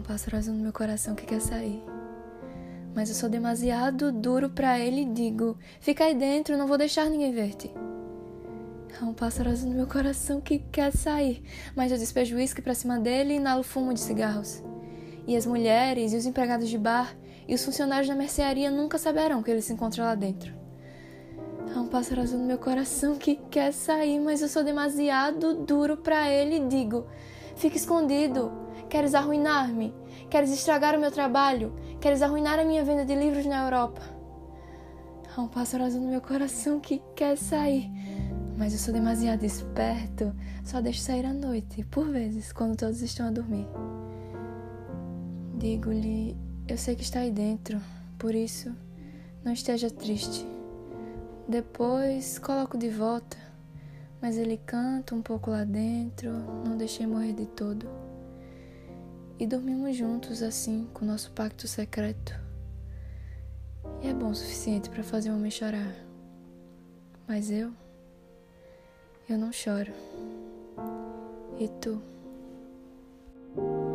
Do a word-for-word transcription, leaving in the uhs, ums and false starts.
Há um pássaro azul no meu coração que quer sair, mas eu sou demasiado duro pra ele e digo: fica aí dentro, não vou deixar ninguém ver-te. Há um pássaro azul no meu coração que quer sair, mas eu despejo uísque pra cima dele e inalo fumo de cigarros. E as mulheres e os empregados de bar e os funcionários da mercearia nunca saberão que ele se encontra lá dentro. Há um pássaro azul no meu coração que quer sair, mas eu sou demasiado duro pra ele e digo: fica escondido, queres arruinar-me, queres estragar o meu trabalho, queres arruinar a minha venda de livros na Europa. Há um pássaro azul no meu coração que quer sair, mas eu sou demasiado esperto, só deixo sair à noite, por vezes, quando todos estão a dormir. Digo-lhe: eu sei que está aí dentro, por isso, não esteja triste. Depois, coloco de volta, mas ele canta um pouco lá dentro, não deixei morrer de todo. E dormimos juntos assim, com nosso pacto secreto. E é bom o suficiente para fazer um homem chorar. Mas eu, eu não choro. E tu?